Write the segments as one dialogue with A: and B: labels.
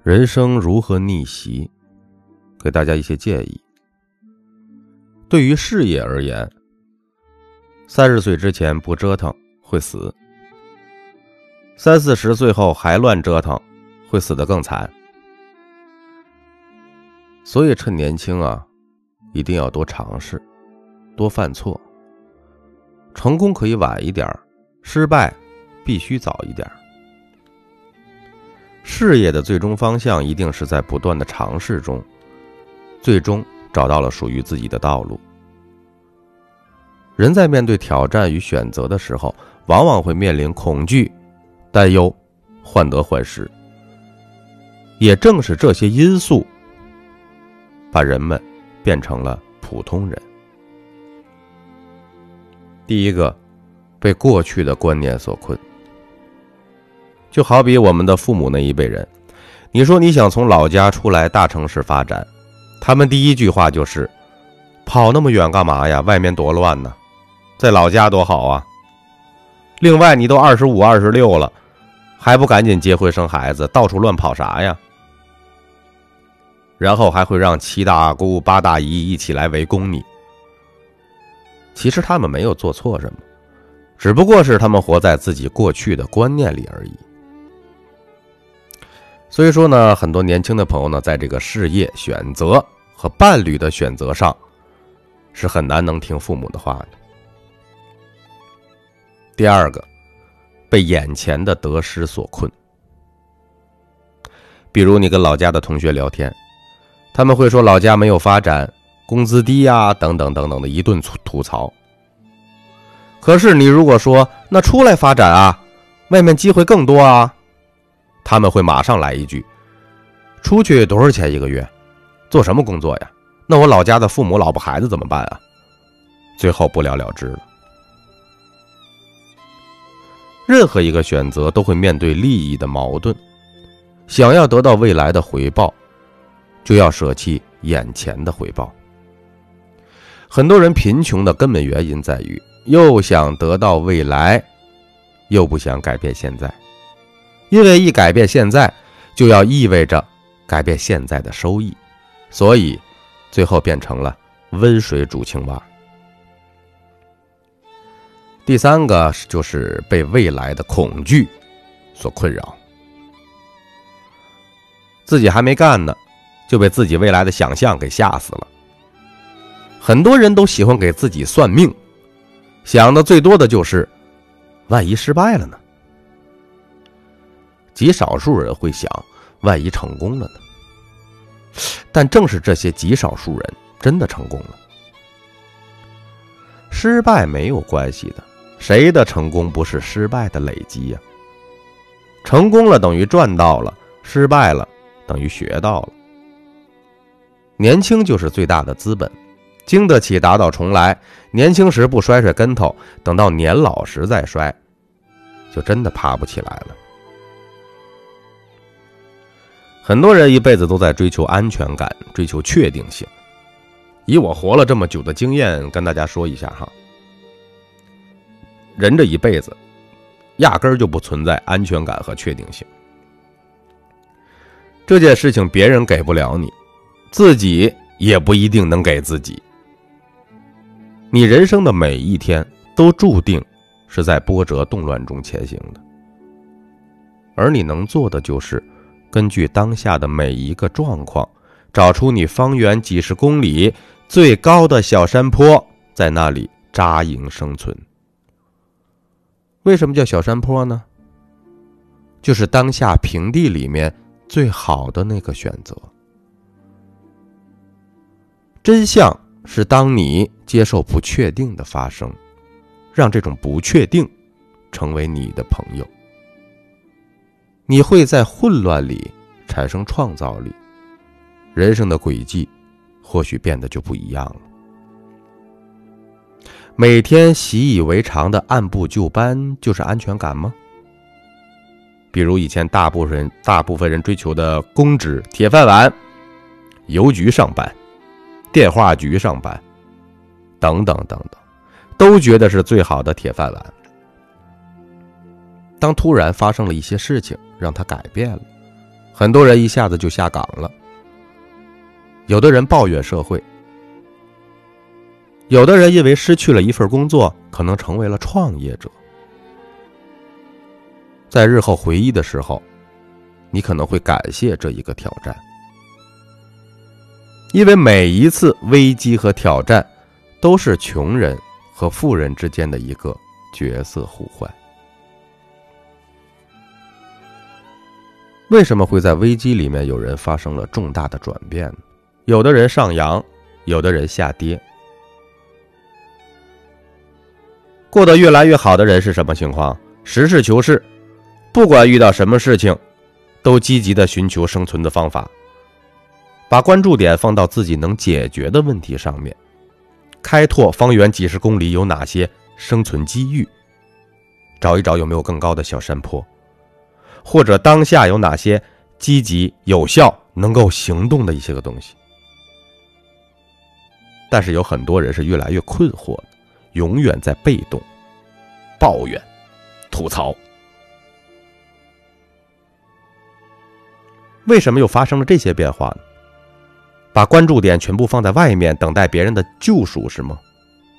A: 人生如何逆袭，给大家一些建议。对于事业而言，30岁之前不折腾会死，30、40岁后还乱折腾会死得更惨。所以趁年轻一定要多尝试，多犯错。成功可以晚一点，失败必须早一点。事业的最终方向一定是在不断的尝试中，最终找到了属于自己的道路。人在面对挑战与选择的时候，往往会面临恐惧、担忧、患得患失。也正是这些因素，把人们变成了普通人。第一个，被过去的观念所困。就好比我们的父母那一辈人，你说你想从老家出来大城市发展，他们第一句话就是跑那么远干嘛呀，外面多乱呢，在老家多好啊。另外你都25、26了，还不赶紧结婚生孩子，到处乱跑啥呀。然后还会让7大姑8大姨一起来围攻你。其实他们没有做错什么，只不过是他们活在自己过去的观念里而已。所以说呢，很多年轻的朋友呢，在这个事业选择和伴侣的选择上，是很难能听父母的话的。第二个，被眼前的得失所困。比如你跟老家的同学聊天，他们会说老家没有发展，工资低呀，等等等等的一顿吐槽。可是你如果说那出来发展啊，外面机会更多啊，他们会马上来一句，出去多少钱一个月，做什么工作呀，那我老家的父母老婆孩子怎么办啊？最后不了了之了。任何一个选择都会面对利益的矛盾，想要得到未来的回报，就要舍弃眼前的回报。很多人贫穷的根本原因在于又想得到未来，又不想改变现在。因为一改变现在，就要意味着改变现在的收益，所以最后变成了温水煮青蛙。第三个就是被未来的恐惧所困扰。自己还没干呢，就被自己未来的想象给吓死了。很多人都喜欢给自己算命，想的最多的就是万一失败了呢？极少数人会想万一成功了呢？但正是这些极少数人真的成功了。失败没有关系的，谁的成功不是失败的累积呀？成功了等于赚到了，失败了等于学到了。年轻就是最大的资本，经得起打倒重来。年轻时不摔跟头，等到年老时再摔，就真的爬不起来了。很多人一辈子都在追求安全感，追求确定性。以我活了这么久的经验跟大家说一下哈，人这一辈子压根儿就不存在安全感和确定性。这件事情别人给不了你，自己也不一定能给自己。你人生的每一天都注定是在波折动乱中前行的，而你能做的就是根据当下的每一个状况，找出你方圆几十公里最高的小山坡，在那里扎营生存。为什么叫小山坡呢？就是当下平地里面最好的那个选择。真相是当你接受不确定的发生，让这种不确定成为你的朋友，你会在混乱里产生创造力，人生的轨迹或许变得就不一样了。每天习以为常的按部就班就是安全感吗？比如以前大部分人追求的公职、铁饭碗、邮局上班、电话局上班等等等等，都觉得是最好的铁饭碗。当突然发生了一些事情让他改变了， 很多人一下子就下岗了。有的人抱怨社会，有的人因为失去了一份工作，可能成为了创业者。在日后回忆的时候，你可能会感谢这一个挑战，因为每一次危机和挑战都是穷人和富人之间的一个角色互换。为什么会在危机里面有人发生了重大的转变呢？有的人上扬，有的人下跌。过得越来越好的人是什么情况？实事求是，不管遇到什么事情，都积极地寻求生存的方法，把关注点放到自己能解决的问题上面，开拓方圆几十公里有哪些生存机遇，找一找有没有更高的小山坡，或者当下有哪些积极有效能够行动的一些个东西。但是有很多人是越来越困惑的，永远在被动抱怨吐槽。为什么又发生了这些变化呢？把关注点全部放在外面，等待别人的救赎是吗？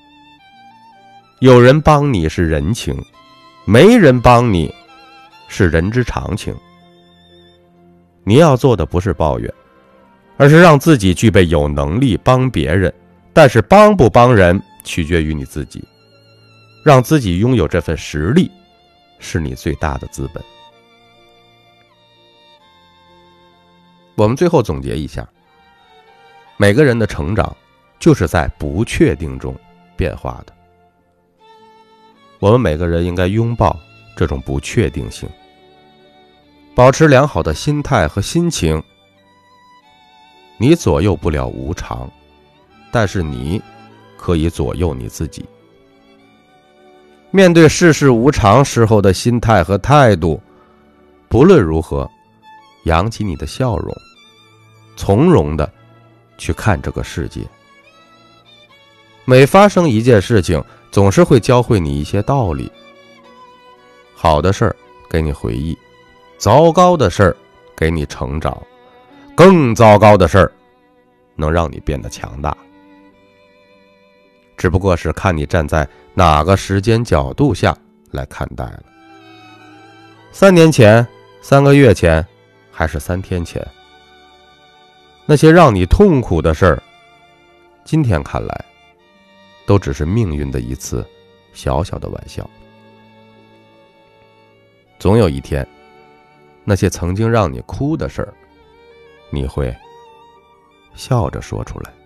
A: 有人帮你是人情，没人帮你是人之常情。你要做的不是抱怨，而是让自己具备有能力帮别人，但是帮不帮人取决于你自己，让自己拥有这份实力是你最大的资本。我们最后总结一下，每个人的成长就是在不确定中变化的。我们每个人应该拥抱这种不确定性，保持良好的心态和心情。你左右不了无常，但是你可以左右你自己。面对世事无常时候的心态和态度，不论如何，扬起你的笑容，从容的去看这个世界。每发生一件事情，总是会教会你一些道理。好的事儿给你回忆，糟糕的事儿给你成长，更糟糕的事儿能让你变得强大。只不过是看你站在哪个时间角度下来看待了。3年前、3个月前，还是3天前，那些让你痛苦的事儿，今天看来都只是命运的一次小小的玩笑。总有一天，那些曾经让你哭的事儿，你会笑着说出来。